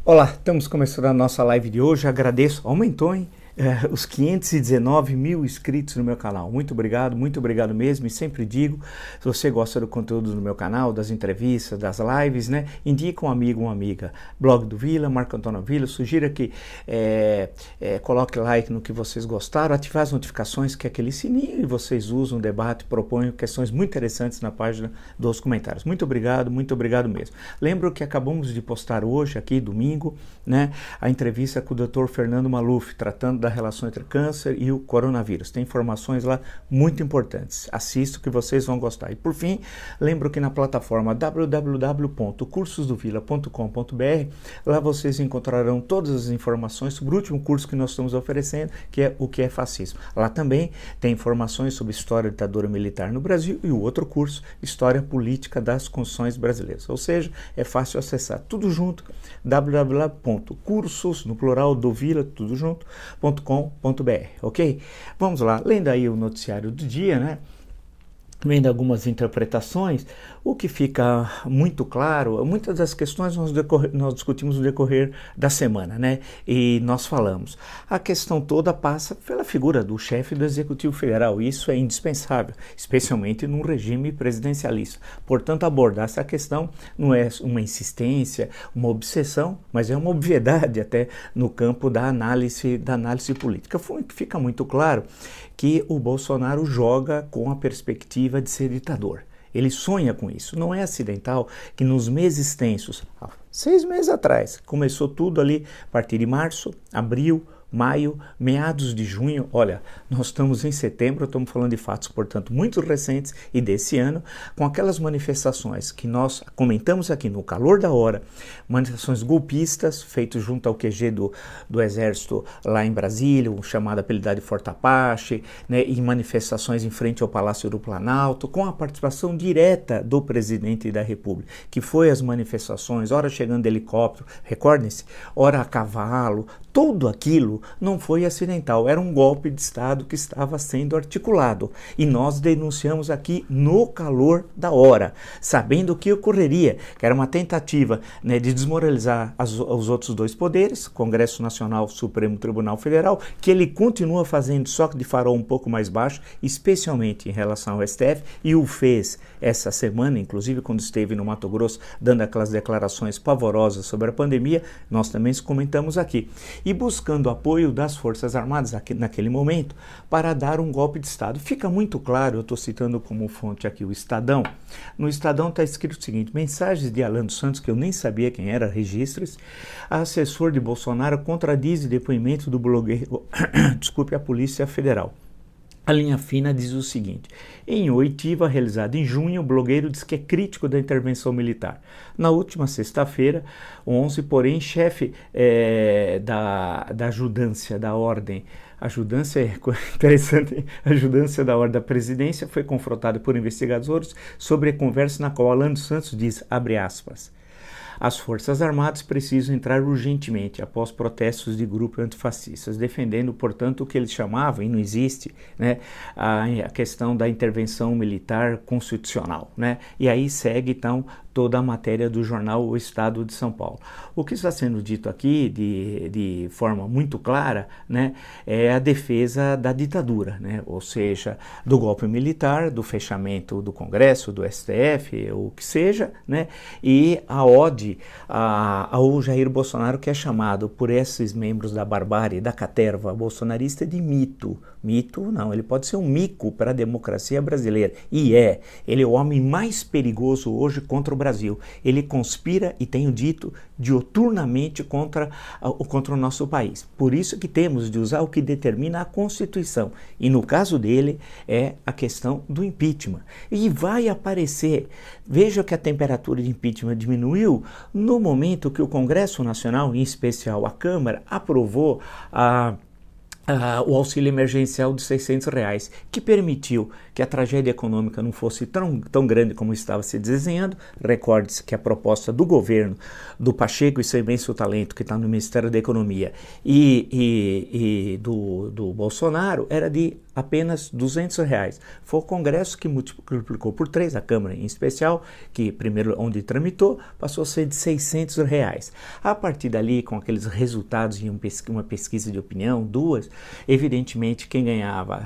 Olá, estamos começando a nossa live de hoje. Agradeço, aumentou, hein? Os 519 mil inscritos no meu canal. Muito obrigado mesmo. E sempre digo, se você gosta do conteúdo do meu canal, das entrevistas, das lives, né? Indica um amigo, uma amiga. Blog do Vila, Marco Antônio Vila, sugira que coloque like no que vocês gostaram, ativar as notificações, que é aquele sininho, e vocês usam, debate, propõem questões muito interessantes na página dos comentários. Muito obrigado mesmo. Lembro que acabamos de postar hoje, aqui, domingo, né? A entrevista com o Dr. Fernando Maluf, tratando da relação entre câncer e o coronavírus. Tem informações lá muito importantes. Assista que vocês vão gostar. E por fim, lembro que na plataforma www.cursosdovila.com.br, lá vocês encontrarão todas as informações sobre o último curso que nós estamos oferecendo, que é o que é fascismo. Lá também tem informações sobre história da ditadura militar no Brasil e o outro curso, História Política das Constituições Brasileiras. Ou seja, é fácil acessar tudo junto, www.cursos, no plural, dovila, tudo junto, .com.br, ok? Vamos lá, lendo aí o noticiário do dia, né? Vendo algumas interpretações, o que fica muito claro, muitas das questões nós discutimos no decorrer da semana, né? E nós falamos. A questão toda passa pela figura do chefe do Executivo Federal. Isso é indispensável, especialmente num regime presidencialista. Portanto, abordar essa questão não é uma insistência, uma obsessão, mas é uma obviedade até no campo da análise política. Fica muito claro que o Bolsonaro joga com a perspectiva de ser ditador. Ele sonha com isso. Não é acidental que nos meses tensos, 6 meses atrás, começou tudo ali a partir de março, abril, maio, meados de junho, olha, nós estamos em setembro, estamos falando de fatos, portanto, muito recentes e desse ano, com aquelas manifestações que nós comentamos aqui no calor da hora, manifestações golpistas, feitas junto ao QG do Exército lá em Brasília, o chamado apelidado de Forte Apache, né, e manifestações em frente ao Palácio do Planalto, com a participação direta do presidente da República, que foi as manifestações, ora chegando de helicóptero, recordem-se, ora a cavalo, tudo aquilo não foi acidental, era um golpe de Estado que estava sendo articulado e nós denunciamos aqui no calor da hora, sabendo o que ocorreria, que era uma tentativa, né, de desmoralizar os outros dois poderes, Congresso Nacional, Supremo Tribunal Federal, que ele continua fazendo só que de farol um pouco mais baixo, especialmente em relação ao STF, e o fez essa semana, inclusive quando esteve no Mato Grosso, dando aquelas declarações pavorosas sobre a pandemia, nós também comentamos aqui. E buscando apoio das Forças Armadas naquele momento para dar um golpe de Estado. Fica muito claro, eu estou citando como fonte aqui o Estadão. No Estadão está escrito o seguinte: mensagens de Alan dos Santos, que eu nem sabia quem era, registros, assessor de Bolsonaro contradiz depoimento do blogueiro, a Polícia Federal. A linha fina diz o seguinte: em oitiva realizada em junho, o blogueiro diz que é crítico da intervenção militar. Na última sexta-feira, 11, porém, chefe da ajudância da ordem, ajudância é interessante, a ajudância da ordem da presidência foi confrontado por investigadores sobre a conversa na qual Alan dos Santos diz, abre aspas, as Forças Armadas precisam entrar urgentemente após protestos de grupos antifascistas, defendendo, portanto, o que eles chamavam, e não existe, né, a questão da intervenção militar constitucional, né? E aí segue, então, toda a matéria do jornal O Estado de São Paulo. O que está sendo dito aqui, de forma muito clara, né, é a defesa da ditadura, né? Ou seja, do golpe militar, do fechamento do Congresso, do STF, o que seja, né? E a ode ao Jair Bolsonaro, que é chamado por esses membros da barbárie, da caterva bolsonarista, de mito. Mito não, ele pode ser um mico para a democracia brasileira. E ele é o homem mais perigoso hoje contra o Brasil. Ele conspira, e tenho dito, diuturnamente contra o nosso país. Por isso que temos de usar o que determina a Constituição. E no caso dele é a questão do impeachment. E vai aparecer, veja que a temperatura de impeachment diminuiu no momento que o Congresso Nacional, em especial a Câmara, aprovou o auxílio emergencial de R$600, que permitiu que a tragédia econômica não fosse tão grande como estava se desenhando. Recorde-se que a proposta do governo, do Pacheco e seu imenso talento, que está no Ministério da Economia, e do Bolsonaro, era de apenas R$200. Foi o Congresso que multiplicou por 3, a Câmara em especial, que primeiro onde tramitou, passou a ser de R$600. A partir dali, com aqueles resultados de uma pesquisa de opinião, 2, evidentemente quem ganhava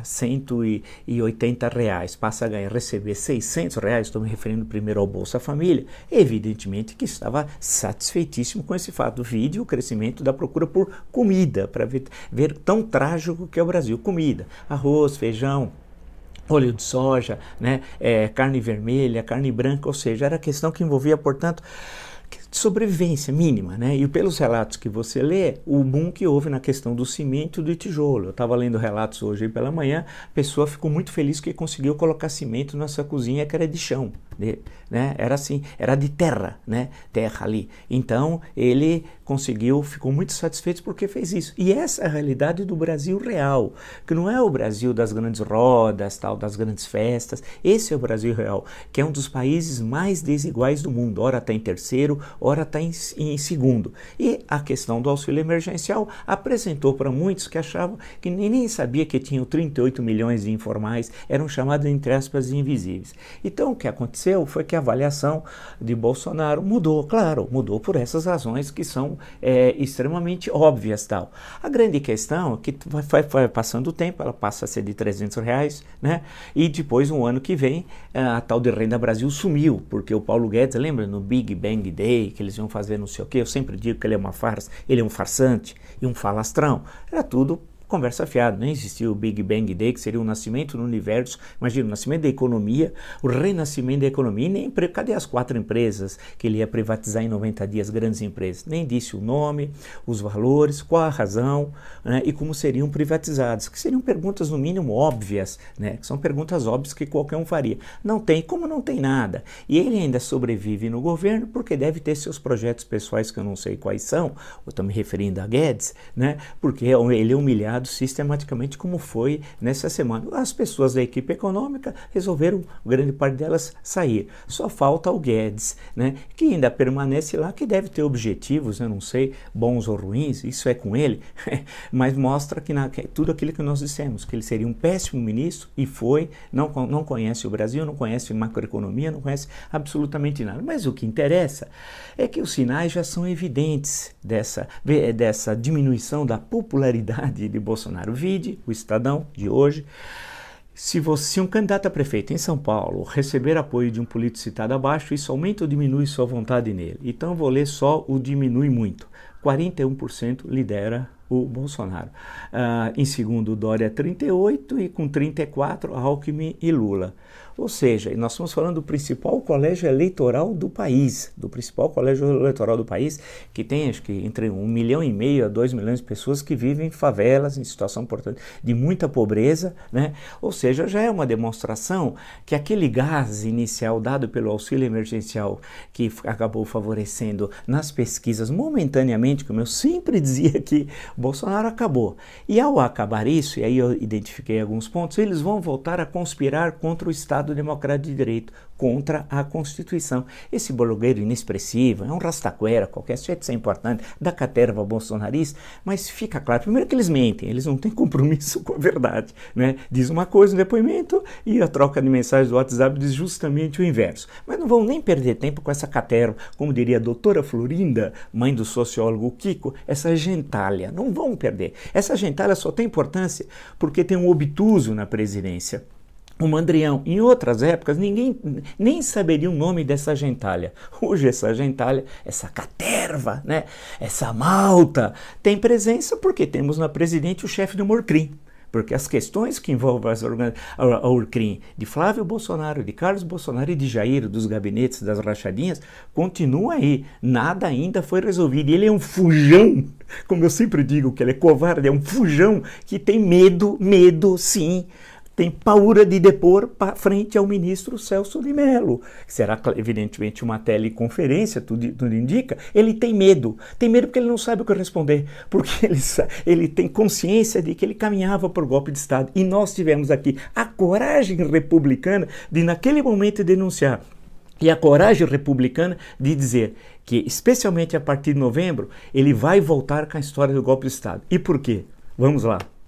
R$180 passa a receber R$600, estou me referindo primeiro ao Bolsa Família, evidentemente que estava satisfeitíssimo com esse fato. Vide o crescimento da procura por comida, para ver tão trágico que é o Brasil. Comida, arroz, feijão, óleo de soja, né, carne vermelha, carne branca, ou seja, era questão que envolvia, portanto, sobrevivência mínima, né? E pelos relatos que você lê, o boom que houve na questão do cimento e do tijolo. Eu estava lendo relatos hoje pela manhã, a pessoa ficou muito feliz que conseguiu colocar cimento nessa cozinha que era de chão, né? Era assim, era de terra, né? Terra ali. Então, ele conseguiu, ficou muito satisfeito porque fez isso. E essa é a realidade do Brasil real, que não é o Brasil das grandes rodas, tal, das grandes festas. Esse é o Brasil real, que é um dos países mais desiguais do mundo. Ora está em terceiro, ora está em segundo. E a questão do auxílio emergencial apresentou para muitos que achavam que nem sabia que tinham 38 milhões de informais, eram chamados, entre aspas, de invisíveis. Então, o que aconteceu foi que a avaliação de Bolsonaro mudou, claro, mudou por essas razões que são extremamente óbvias, tal. A grande questão é que vai passando o tempo, ela passa a ser de R$300, né? E depois, no ano que vem, a tal de Renda Brasil sumiu, porque o Paulo Guedes, lembra, no Big Bang Day, que eles iam fazer não sei o quê, eu sempre digo que ele é uma farsa, ele é um farsante e um falastrão, era tudo conversa fiada, nem existia o Big Bang Day, que seria o nascimento do universo, imagina, o nascimento da economia, o renascimento da economia, e nem, cadê as 4 empresas que ele ia privatizar em 90 dias, grandes empresas? Nem disse o nome, os valores, qual a razão, né, e como seriam privatizados, que seriam perguntas no mínimo óbvias, né, que são perguntas óbvias que qualquer um faria. Não tem, como não tem nada. E ele ainda sobrevive no governo porque deve ter seus projetos pessoais que eu não sei quais são, eu estou me referindo a Guedes, né, porque ele é humilhado sistematicamente, como foi nessa semana. As pessoas da equipe econômica resolveram, grande parte delas, sair. Só falta o Guedes, né, que ainda permanece lá, que deve ter objetivos, eu não sei, bons ou ruins, isso é com ele, mas mostra que tudo aquilo que nós dissemos, que ele seria um péssimo ministro, e foi, não conhece o Brasil, não conhece macroeconomia, não conhece absolutamente nada. Mas o que interessa é que os sinais já são evidentes dessa diminuição da popularidade de Bolsonaro. Vide o Estadão de hoje. Se um candidato a prefeito em São Paulo receber apoio de um político citado abaixo, isso aumenta ou diminui sua vontade nele? Então vou ler só o diminui muito. 41% lidera o Bolsonaro. Em segundo, Dória 38% e com 34% Alckmin e Lula. Ou seja, nós estamos falando do principal colégio eleitoral do país, que tem acho que entre 1,5 milhão a 2 milhões de pessoas que vivem em favelas, em situação, portanto, de muita pobreza, né? Ou seja, já é uma demonstração que aquele gás inicial dado pelo auxílio emergencial, que acabou favorecendo nas pesquisas momentaneamente, como eu sempre dizia que Bolsonaro acabou. E ao acabar isso, e aí eu identifiquei alguns pontos, eles vão voltar a conspirar contra o Estado Democrático de Direito, contra a Constituição. Esse blogueiro inexpressivo, é um rastaquera qualquer, isso é de ser importante, da caterva bolsonarista, mas fica claro, primeiro que eles mentem, eles não têm compromisso com a verdade, né? Diz uma coisa no depoimento e a troca de mensagens do WhatsApp diz justamente o inverso. Mas não vão nem perder tempo com essa caterva, como diria a doutora Florinda, mãe do sociólogo Kiko, essa gentalha, não vão perder. Essa gentalha só tem importância porque tem um obtuso na presidência, o Mandrião. Em outras épocas, ninguém nem saberia o nome dessa gentalha. Hoje essa gentalha, essa caterva, né, essa malta, tem presença porque temos na presidente o chefe do Morcrim. Porque as questões que envolvem a Urcrim de Flávio Bolsonaro, de Carlos Bolsonaro e de Jair, dos gabinetes, das rachadinhas, continuam aí. Nada ainda foi resolvido. E ele é um fujão, como eu sempre digo que ele é covarde, é um fujão que tem medo sim, tem paura de depor frente ao ministro Celso de Mello, que será evidentemente uma teleconferência, tudo indica. Ele tem medo porque ele não sabe o que responder, porque ele tem consciência de que ele caminhava por golpe de Estado, e nós tivemos aqui a coragem republicana de naquele momento denunciar, e a coragem republicana de dizer que, especialmente a partir de novembro, ele vai voltar com a história do golpe de Estado. E por quê? Vamos lá.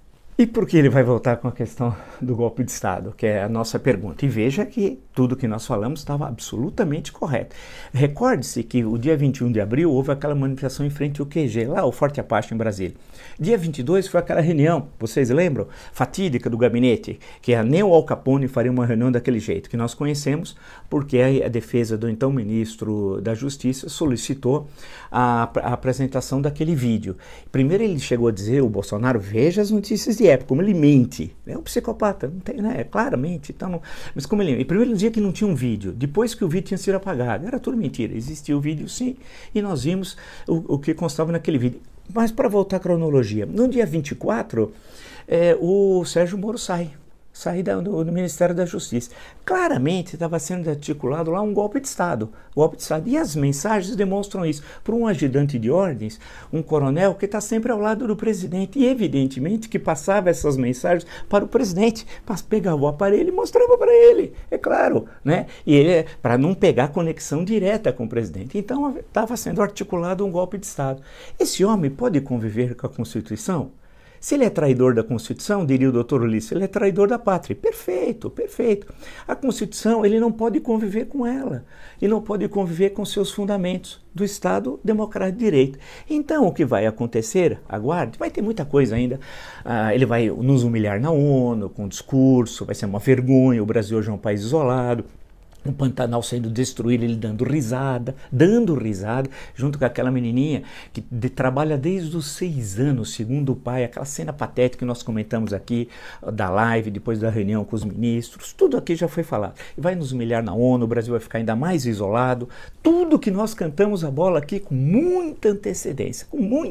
E por que ele vai voltar com a questão do golpe de Estado, que é a nossa pergunta? E veja que tudo que nós falamos estava absolutamente correto. Recorde-se que o dia 21 de abril houve aquela manifestação em frente ao QG, lá o Forte Apache em Brasília. Dia 22 foi aquela reunião, vocês lembram? Fatídica do gabinete, que nem o Al Capone faria uma reunião daquele jeito, que nós conhecemos porque a defesa do então ministro da Justiça solicitou a apresentação daquele vídeo. Primeiro ele chegou a dizer, o Bolsonaro, veja as notícias de época, como ele mente. É um psicopata, não tem, né? Claramente. Então não... Mas como ele... Primeiro ele dizia que não tinha um vídeo, depois que o vídeo tinha sido apagado. Era tudo mentira, existia o vídeo sim, e nós vimos o que constava naquele vídeo. Mas para voltar à cronologia, no dia 24, o Sérgio Moro sai do Ministério da Justiça. Claramente estava sendo articulado lá um golpe de Estado. E as mensagens demonstram isso. Por um ajudante de ordens, um coronel que está sempre ao lado do presidente. E evidentemente que passava essas mensagens para o presidente. Pegava o aparelho e mostrava para ele. É claro, né? E ele, para não pegar conexão direta com o presidente. Então estava sendo articulado um golpe de Estado. Esse homem pode conviver com a Constituição? Se ele é traidor da Constituição, diria o doutor Ulisses, ele é traidor da pátria. Perfeito, perfeito. A Constituição, ele não pode conviver com ela. E não pode conviver com seus fundamentos do Estado Democrático de Direito. Então, o que vai acontecer, aguarde, vai ter muita coisa ainda. Ele vai nos humilhar na ONU, com discurso, vai ser uma vergonha, o Brasil hoje é um país isolado. O Pantanal sendo destruído, ele dando risada, junto com aquela menininha que trabalha desde os 6 anos, segundo o pai, aquela cena patética que nós comentamos aqui, da live, depois da reunião com os ministros, tudo aqui já foi falado. E vai nos humilhar na ONU, o Brasil vai ficar ainda mais isolado, tudo que nós cantamos a bola aqui com muita antecedência.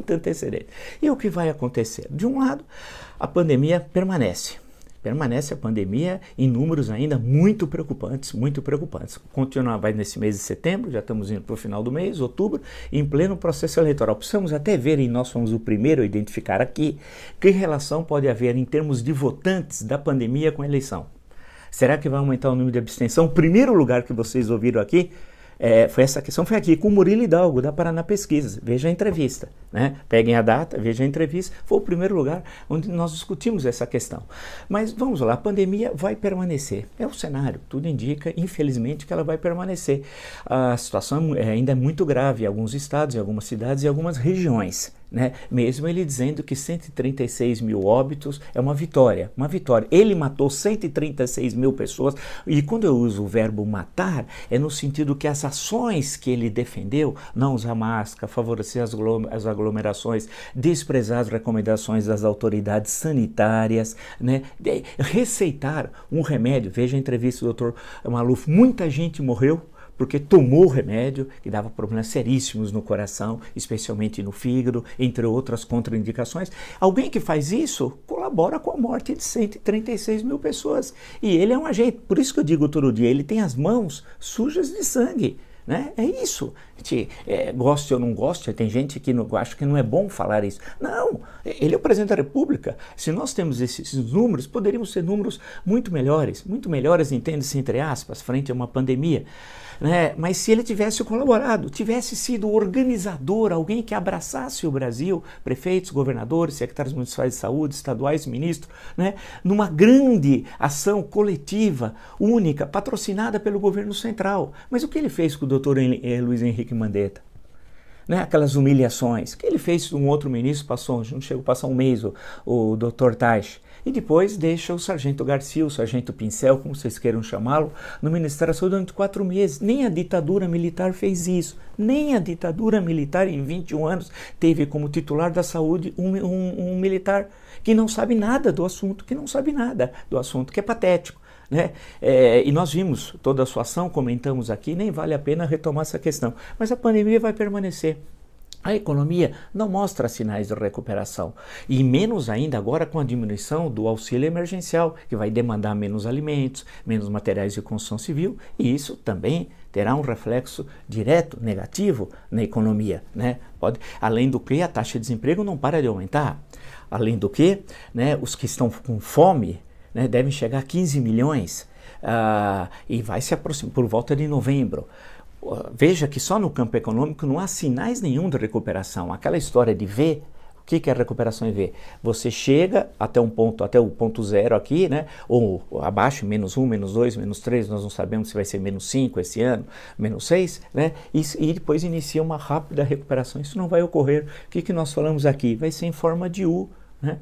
E o que vai acontecer? De um lado, a pandemia permanece a pandemia em números ainda muito preocupantes. Vai nesse mês de setembro, já estamos indo para o final do mês, outubro, em pleno processo eleitoral. Precisamos até ver, e nós fomos o primeiro a identificar aqui, que relação pode haver em termos de votantes da pandemia com a eleição. Será que vai aumentar o número de abstenção? O primeiro lugar que vocês ouviram aqui, foi aqui com o Murilo Hidalgo, da Paraná Pesquisas. Veja a entrevista, né? Peguem a data, veja a entrevista. Foi o primeiro lugar onde nós discutimos essa questão. Mas vamos lá, a pandemia vai permanecer. É o cenário, tudo indica, infelizmente, que ela vai permanecer. A situação ainda é muito grave em alguns estados, em algumas cidades e em algumas regiões. Né? Mesmo ele dizendo que 136 mil óbitos é uma vitória. Ele matou 136 mil pessoas, e quando eu uso o verbo matar, é no sentido que as ações que ele defendeu, não usar máscara, favorecer as aglomerações, desprezar as recomendações das autoridades sanitárias, né? Receitar um remédio. Veja a entrevista do Dr. Maluf, muita gente morreu porque tomou o remédio que dava problemas seríssimos no coração, especialmente no fígado, entre outras contraindicações. Alguém que faz isso colabora com a morte de 136 mil pessoas. E ele é um agente, por isso que eu digo todo dia, ele tem as mãos sujas de sangue. Né? É isso. Goste ou não goste, tem gente que acha que não é bom falar isso. Não, ele é o presidente da República. Se nós temos esses números, poderíamos ser números muito melhores, entende-se entre aspas, frente a uma pandemia. Né? Mas se ele tivesse colaborado, tivesse sido organizador, alguém que abraçasse o Brasil, prefeitos, governadores, secretários municipais de saúde, estaduais, ministros, né? Numa grande ação coletiva, única, patrocinada pelo governo central. Mas o que ele fez com o doutor Luiz Henrique Mandetta? Né? Aquelas humilhações. O que ele fez com um outro ministro, não chegou a passar um mês, o doutor Taish. E depois deixa o sargento Garcia, o sargento Pincel, como vocês queiram chamá-lo, no Ministério da Saúde durante 4 meses. Nem a ditadura militar fez isso. Nem a ditadura militar, em 21 anos, teve como titular da saúde um militar que não sabe nada do assunto, que é patético. Né? E nós vimos toda a sua ação, comentamos aqui, nem vale a pena retomar essa questão. Mas a pandemia vai permanecer. A economia não mostra sinais de recuperação, e menos ainda agora com a diminuição do auxílio emergencial, que vai demandar menos alimentos, menos materiais de construção civil, e isso também terá um reflexo direto, negativo na economia. Né? Além do que, a taxa de desemprego não para de aumentar. Além do que, né, os que estão com fome, né, devem chegar a 15 milhões e vai se aproximar por volta de novembro. Veja que só no campo econômico não há sinais nenhum de recuperação. Aquela história de ver que é a recuperação em V? Você chega até um ponto, até o ponto zero aqui, né? Ou abaixo, -1, -2, -3, nós não sabemos se vai ser -5 esse ano, -6, né? E depois inicia uma rápida recuperação. Isso não vai ocorrer. O que nós falamos aqui? Vai ser em forma de U, né?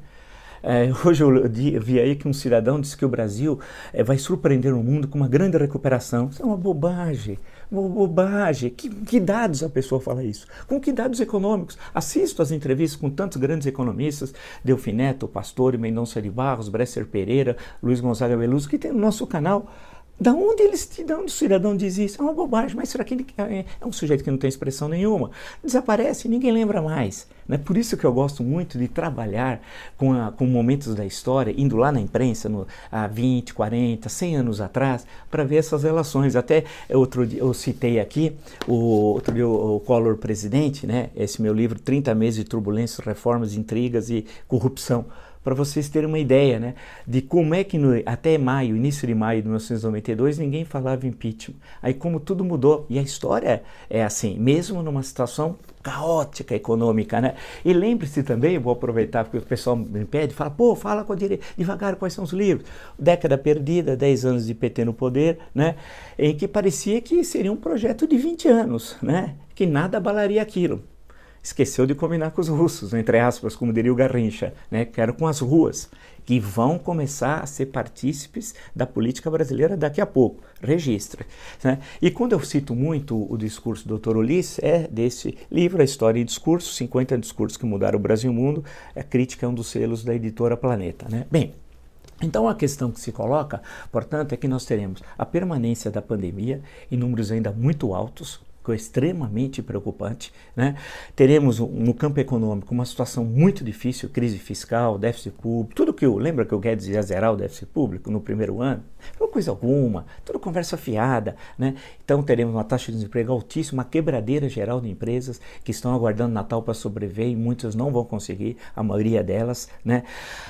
Hoje eu vi aí que um cidadão disse que o Brasil vai surpreender o mundo com uma grande recuperação. Isso é uma bobagem, uma bobagem. Que dados a pessoa fala isso? Com que dados econômicos? Assisto as entrevistas com tantos grandes economistas, Delfim Neto, Pastore, Mendonça de Barros, Bresser Pereira, Luiz Gonzaga Veloso, que tem no nosso canal. Da onde o cidadão diz isso? É uma bobagem, mas será que ele é um sujeito que não tem expressão nenhuma? Desaparece, ninguém lembra mais. Né? Por isso que eu gosto muito de trabalhar com momentos da história, indo lá na imprensa, há 20, 40, 100 anos atrás, para ver essas relações. Até outro dia eu citei aqui, outro dia o Collor presidente, né? Esse meu livro, 30 meses de turbulências, reformas, intrigas e corrupção. Para vocês terem uma ideia, né, de como é que até maio, início de maio de 1992, ninguém falava impeachment. Aí como tudo mudou, e a história é assim, mesmo numa situação caótica econômica, né? E lembre-se também, eu vou aproveitar porque o pessoal me pede, fala, fala devagar quais são os livros. Década Perdida, 10 anos de PT no poder, né? Em que parecia que seria um projeto de 20 anos, né? Que nada abalaria aquilo. Esqueceu de combinar com os russos, entre aspas, como diria o Garrincha, né? Que eram com as ruas, que vão começar a ser partícipes da política brasileira daqui a pouco. Registre. Né? E quando eu cito muito o discurso do Dr. Ulisses, é desse livro, A História e Discurso, 50 discursos que mudaram o Brasil e o mundo. A crítica é um dos selos da editora Planeta. Né? Bem, então a questão que se coloca, portanto, é que nós teremos a permanência da pandemia em números ainda muito altos, que é extremamente preocupante, né? Teremos no campo econômico uma situação muito difícil, crise fiscal, déficit público, lembra que o Guedes ia zerar o déficit público no primeiro ano? Não coisa alguma, tudo conversa fiada, né? Então teremos uma taxa de desemprego altíssima, uma quebradeira geral de empresas que estão aguardando Natal para sobreviver e muitas não vão conseguir, a maioria delas, né?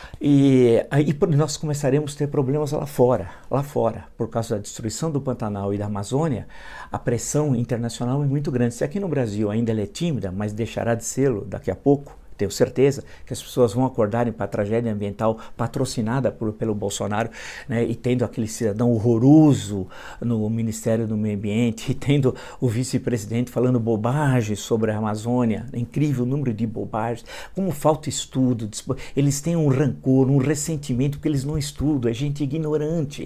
E aí nós começaremos a ter problemas lá fora, por causa da destruição do Pantanal e da Amazônia. A pressão internacional é muito grande. Se aqui no Brasil ainda ela é tímida, mas deixará de sê-lo daqui a pouco, tenho certeza que as pessoas vão acordarem para a tragédia ambiental patrocinada pelo Bolsonaro, né, e tendo aquele cidadão horroroso no Ministério do Meio Ambiente, e tendo o vice-presidente falando bobagens sobre a Amazônia, incrível número de bobagens, como falta estudo, eles têm um rancor, um ressentimento porque eles não estudam, é gente ignorante,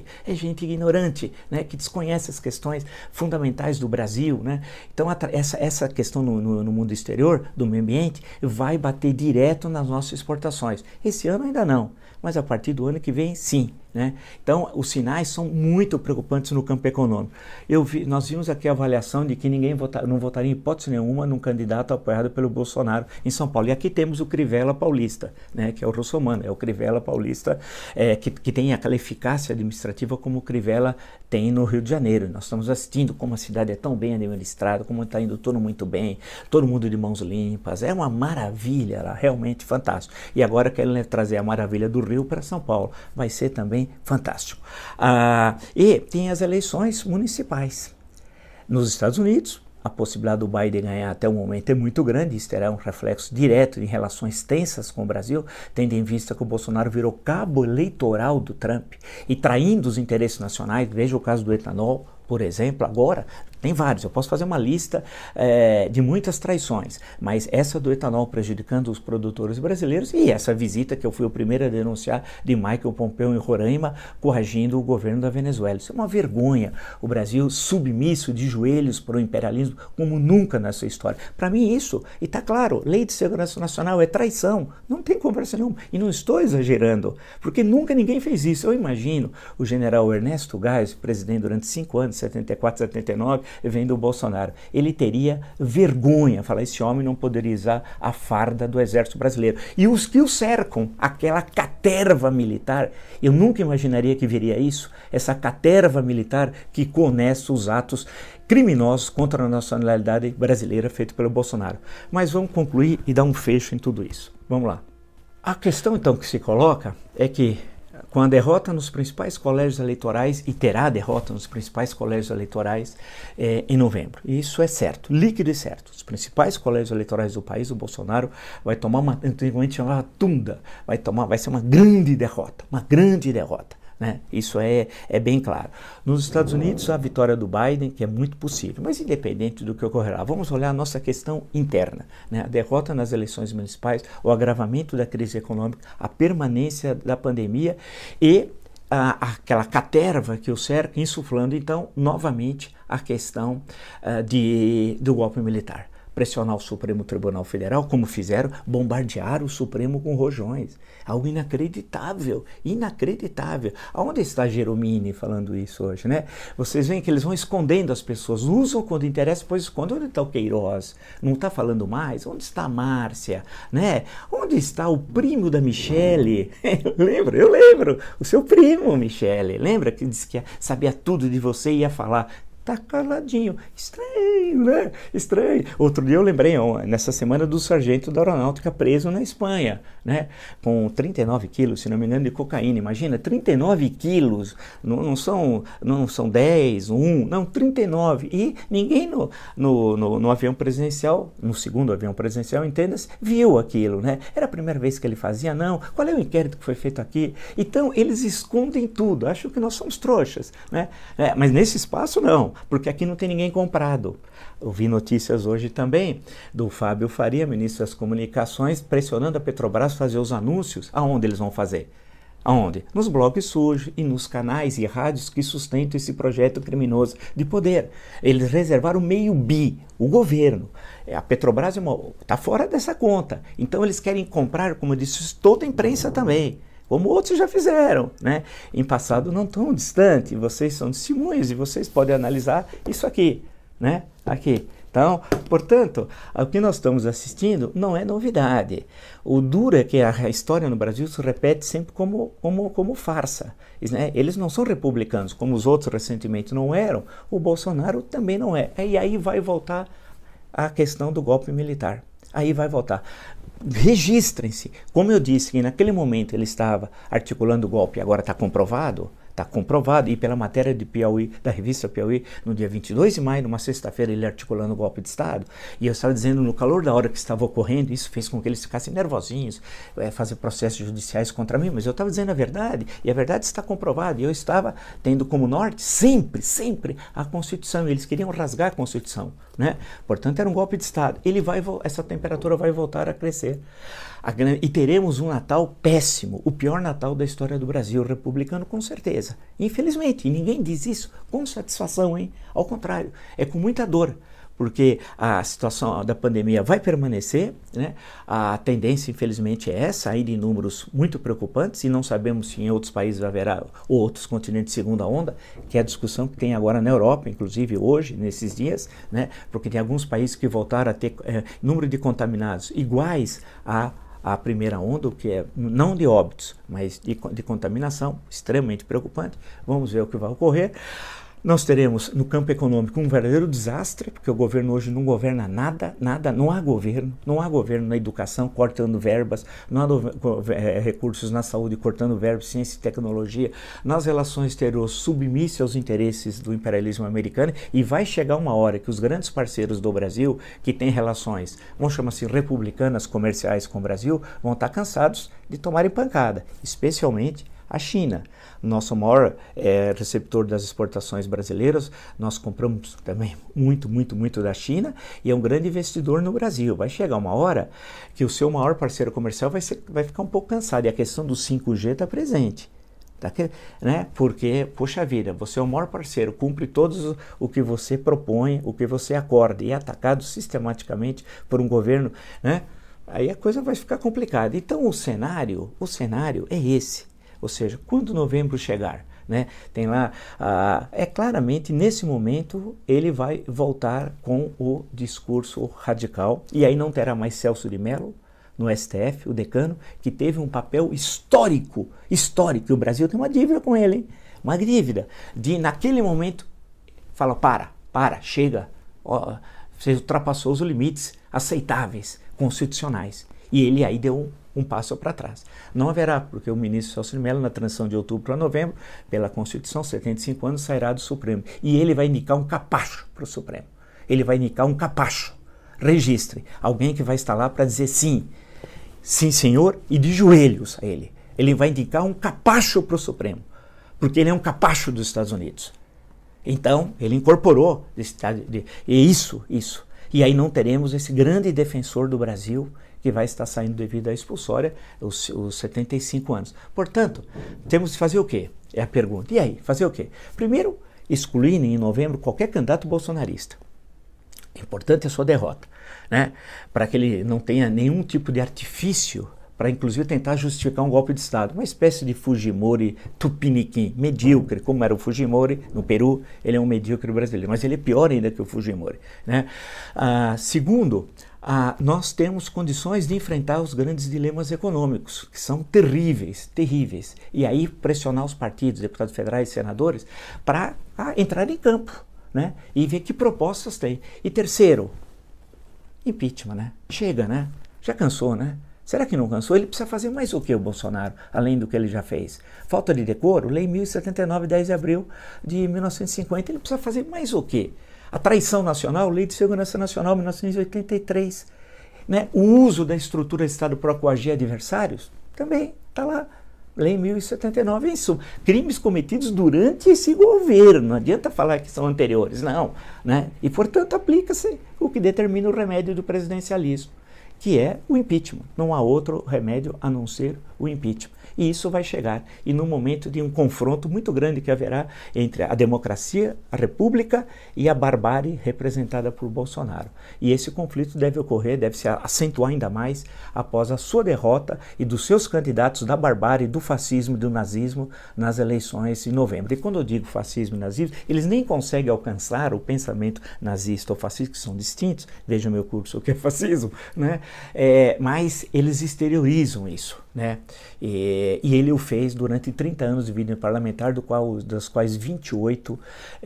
né, que desconhece as questões fundamentais do Brasil, né? Então essa questão no mundo exterior, do meio ambiente, vai bater direto nas nossas exportações. Esse ano ainda não, mas a partir do ano que vem, sim. Né? Então, os sinais são muito preocupantes no campo econômico. Nós vimos aqui a avaliação de que ninguém não votaria em hipótese nenhuma num candidato apoiado pelo Bolsonaro em São Paulo. E aqui temos o Crivella paulista, né? Que é o russomano, é o Crivella paulista, que tem aquela eficácia administrativa como o Crivella tem no Rio de Janeiro. Nós estamos assistindo como a cidade é tão bem administrada, como está indo tudo muito bem, todo mundo de mãos limpas. É uma maravilha, realmente fantástico. E agora querem trazer a maravilha do Rio para São Paulo. Vai ser também fantástico. E tem as eleições municipais. Nos Estados Unidos, a possibilidade do Biden ganhar até o momento é muito grande, isso terá um reflexo direto em relações tensas com o Brasil, tendo em vista que o Bolsonaro virou cabo eleitoral do Trump e traindo os interesses nacionais. Veja o caso do etanol, por exemplo, agora. Tem vários, eu posso fazer uma lista de muitas traições, mas essa do etanol prejudicando os produtores brasileiros e essa visita que eu fui o primeiro a denunciar de Michael Pompeo em Roraima, corrigindo o governo da Venezuela. Isso é uma vergonha, o Brasil submisso de joelhos para o imperialismo como nunca na sua história. Para mim isso, e está claro, lei de segurança nacional é traição, não tem conversa nenhuma, e não estou exagerando, porque nunca ninguém fez isso. Eu imagino o general Ernesto Geisel, presidente durante 5 anos, 74, 79, vem do Bolsonaro. Ele teria vergonha, falar, esse homem não poderia usar a farda do exército brasileiro. E os que o cercam, aquela caterva militar, eu nunca imaginaria que viria isso, essa caterva militar que conhece os atos criminosos contra a nacionalidade brasileira feito pelo Bolsonaro. Mas vamos concluir e dar um fecho em tudo isso. Vamos lá. A questão então que se coloca é que com a derrota nos principais colégios eleitorais, e terá derrota nos principais colégios eleitorais em novembro. Isso é certo, líquido e certo. Os principais colégios eleitorais do país, o Bolsonaro vai tomar uma, antigamente chamava tunda, vai ser uma grande derrota, né? Isso é bem claro. Nos Estados Unidos, a vitória do Biden, que é muito possível, mas independente do que ocorrerá, vamos olhar a nossa questão interna, né? A derrota nas eleições municipais, o agravamento da crise econômica, a permanência da pandemia e aquela caterva que o cerca, insuflando então novamente a questão do golpe militar. Pressionar o Supremo Tribunal Federal, como fizeram, bombardear o Supremo com rojões. Algo inacreditável, inacreditável. Aonde está Geromini falando isso hoje, né? Vocês veem que eles vão escondendo as pessoas, usam quando interessa, depois escondem. Onde está o Queiroz? Não está falando mais? Onde está a Márcia? Né? Onde está o primo da Michele? Eu lembro, o seu primo, Michele. Lembra que disse que sabia tudo de você e ia falar? Tá caladinho. Estranho, né? Estranho. Outro dia eu lembrei, nessa semana, do sargento da aeronáutica preso na Espanha, né? Com 39 quilos, se não me engano, de cocaína. Imagina, 39 quilos. Não são 10, 1, não, 39. E ninguém no avião presidencial, no segundo avião presidencial, entenda-se, viu aquilo, né? Era a primeira vez que ele fazia, não. Qual é o inquérito que foi feito aqui? Então, eles escondem tudo. Acham que nós somos trouxas, né? Mas nesse espaço, não. Porque aqui não tem ninguém comprado. Eu vi notícias hoje também do Fábio Faria, ministro das Comunicações, pressionando a Petrobras a fazer os anúncios. Aonde eles vão fazer? Aonde? Nos blogs sujos e nos canais e rádios que sustentam esse projeto criminoso de poder. Eles reservaram meio bi, o governo. A Petrobras está fora dessa conta. Então eles querem comprar, como eu disse, toda a imprensa também. Como outros já fizeram, né? Em passado não tão distante, vocês são testemunhas e vocês podem analisar isso aqui, né? Aqui. Então, portanto, o que nós estamos assistindo não é novidade. O duro é que a história no Brasil se repete sempre como farsa, né? Eles não são republicanos, como os outros recentemente não eram, o Bolsonaro também não é. E aí vai voltar a questão do golpe militar. Aí vai voltar. Registrem-se. Como eu disse que naquele momento ele estava articulando o golpe, agora está comprovado, e pela matéria de Piauí, da revista Piauí, no dia 22 de maio, numa sexta-feira, ele articulando o golpe de Estado, e eu estava dizendo, no calor da hora que estava ocorrendo, isso fez com que eles ficassem nervosinhos, fazer processos judiciais contra mim, mas eu estava dizendo a verdade, e a verdade está comprovada, e eu estava tendo como norte, sempre, a Constituição, eles queriam rasgar a Constituição, né? Portanto, era um golpe de Estado. Essa temperatura vai voltar a crescer. E teremos um Natal péssimo, o pior Natal da história do Brasil, republicano com certeza. Infelizmente, e ninguém diz isso com satisfação, hein? Ao contrário, é com muita dor, porque a situação da pandemia vai permanecer, né? A tendência, infelizmente, é essa, ainda em números muito preocupantes, e não sabemos se em outros países haverá ou outros continentes de segunda onda, que é a discussão que tem agora na Europa, inclusive hoje, nesses dias, né? Porque tem alguns países que voltaram a ter número de contaminados iguais a primeira onda, o que é não de óbitos, mas de contaminação, extremamente preocupante. Vamos ver o que vai ocorrer. Nós teremos no campo econômico um verdadeiro desastre, porque o governo hoje não governa nada, não há governo na educação, cortando verbas, não há recursos na saúde, cortando verbas, ciência e tecnologia, nas relações exteriores, submissa aos interesses do imperialismo americano, e vai chegar uma hora que os grandes parceiros do Brasil, que têm relações, vamos chamar assim, republicanas, comerciais com o Brasil, vão estar cansados de tomarem pancada, especialmente a China. Nosso maior receptor das exportações brasileiras, nós compramos também muito da China, e é um grande investidor no Brasil. Vai chegar uma hora que o seu maior parceiro comercial vai ficar um pouco cansado, e a questão do 5G está presente. Né? Porque, poxa vida, você é o maior parceiro, cumpre todos o que você propõe, o que você acorda, e é atacado sistematicamente por um governo, né? Aí a coisa vai ficar complicada. Então o cenário é esse. Ou seja, quando novembro chegar, né, tem lá, claramente nesse momento ele vai voltar com o discurso radical, e aí não terá mais Celso de Mello no STF, o decano, que teve um papel histórico, e o Brasil tem uma dívida com ele, hein? Uma dívida, de naquele momento, fala, chega, você ultrapassou os limites aceitáveis, constitucionais. E ele aí deu um passo para trás. Não haverá, porque o ministro Celso de Mello, na transição de outubro para novembro, pela Constituição, 75 anos, sairá do Supremo. E ele vai indicar um capacho para o Supremo. Ele vai indicar um capacho. Registre. Alguém que vai estar lá para dizer sim. Sim, senhor, e de joelhos a ele. Ele vai indicar um capacho para o Supremo. Porque ele é um capacho dos Estados Unidos. Então, ele incorporou isso. E aí não teremos esse grande defensor do Brasil que vai estar saindo devido à expulsória, os 75 anos. Portanto, temos que fazer o quê? É a pergunta. E aí, fazer o quê? Primeiro, excluir em novembro qualquer candidato bolsonarista. É importante a sua derrota, né? Para que ele não tenha nenhum tipo de artifício para inclusive tentar justificar um golpe de Estado. Uma espécie de Fujimori tupiniquim, medíocre, como era o Fujimori no Peru, ele é um medíocre brasileiro, mas ele é pior ainda que o Fujimori, né? Segundo, nós temos condições de enfrentar os grandes dilemas econômicos, que são terríveis, terríveis, e aí pressionar os partidos, deputados federais e senadores, para entrar em campo, né? E ver que propostas tem. E terceiro, impeachment, né? Chega, né? Já cansou, né? Será que não cansou? Ele precisa fazer mais o que o Bolsonaro, além do que ele já fez? Falta de decoro? Lei 1079, 10 de abril de 1950. Ele precisa fazer mais o quê? A traição nacional, Lei de Segurança Nacional, 1983. Né? O uso da estrutura de Estado para coagir adversários? Também está lá. Lei 1079, isso. Crimes cometidos durante esse governo. Não adianta falar que são anteriores, não. Né? E, portanto, aplica-se o que determina o remédio do presidencialismo, que é o impeachment. Não há outro remédio a não ser o impeachment. E isso vai chegar. E no momento de um confronto muito grande que haverá entre a democracia, a república e a barbárie representada por Bolsonaro. E esse conflito deve ocorrer, deve se acentuar ainda mais após a sua derrota e dos seus candidatos da barbárie, do fascismo e do nazismo nas eleições de novembro. E quando eu digo fascismo e nazismo, eles nem conseguem alcançar o pensamento nazista ou fascista, que são distintos. Veja o meu curso, o que é fascismo, né? Mas eles exteriorizam isso, né? E ele o fez durante 30 anos de vida parlamentar, das quais 28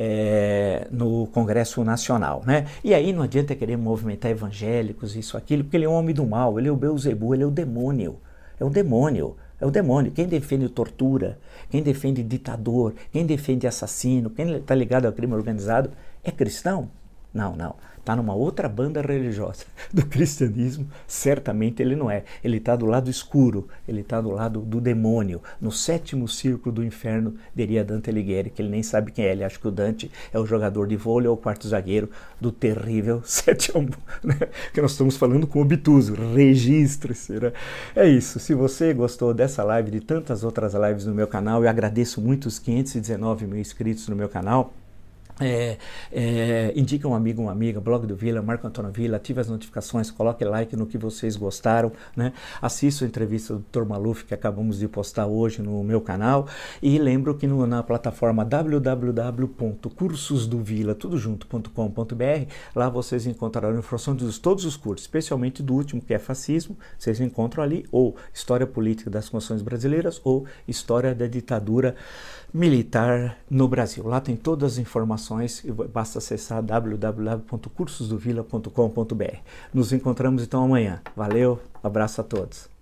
no Congresso Nacional, né? E aí não adianta querer movimentar evangélicos, isso, aquilo, porque ele é um homem do mal, ele é o Beelzebub, ele é o demônio. É o demônio. É o demônio. Quem defende tortura, quem defende ditador, quem defende assassino, quem está ligado ao crime organizado é cristão? Não, não. Está numa outra banda religiosa do cristianismo, certamente ele não é. Ele está do lado escuro, ele está do lado do demônio, no 7º círculo do inferno, diria Dante Alighieri, que ele nem sabe quem é. Ele acha que o Dante é o jogador de vôlei ou o quarto zagueiro do terrível 7-1, né? Que nós estamos falando com obtuso, registre-se, né? É isso, se você gostou dessa live, de tantas outras lives no meu canal, eu agradeço muito os 519 mil inscritos no meu canal. Indica um amigo, uma amiga, blog do Vila, Marco Antônio Vila, ative as notificações, coloque like no que vocês gostaram, né? Assista a entrevista do Dr. Maluf que acabamos de postar hoje no meu canal, e lembro que na plataforma www.cursosdovila.com.br, lá vocês encontrarão informação de todos os cursos, especialmente do último, que é fascismo, vocês encontram ali, ou História Política das Constituições Brasileiras, ou História da Ditadura Militar no Brasil. Lá tem todas as informações, basta acessar www.cursosdovila.com.br. Nos encontramos então amanhã. Valeu, abraço a todos.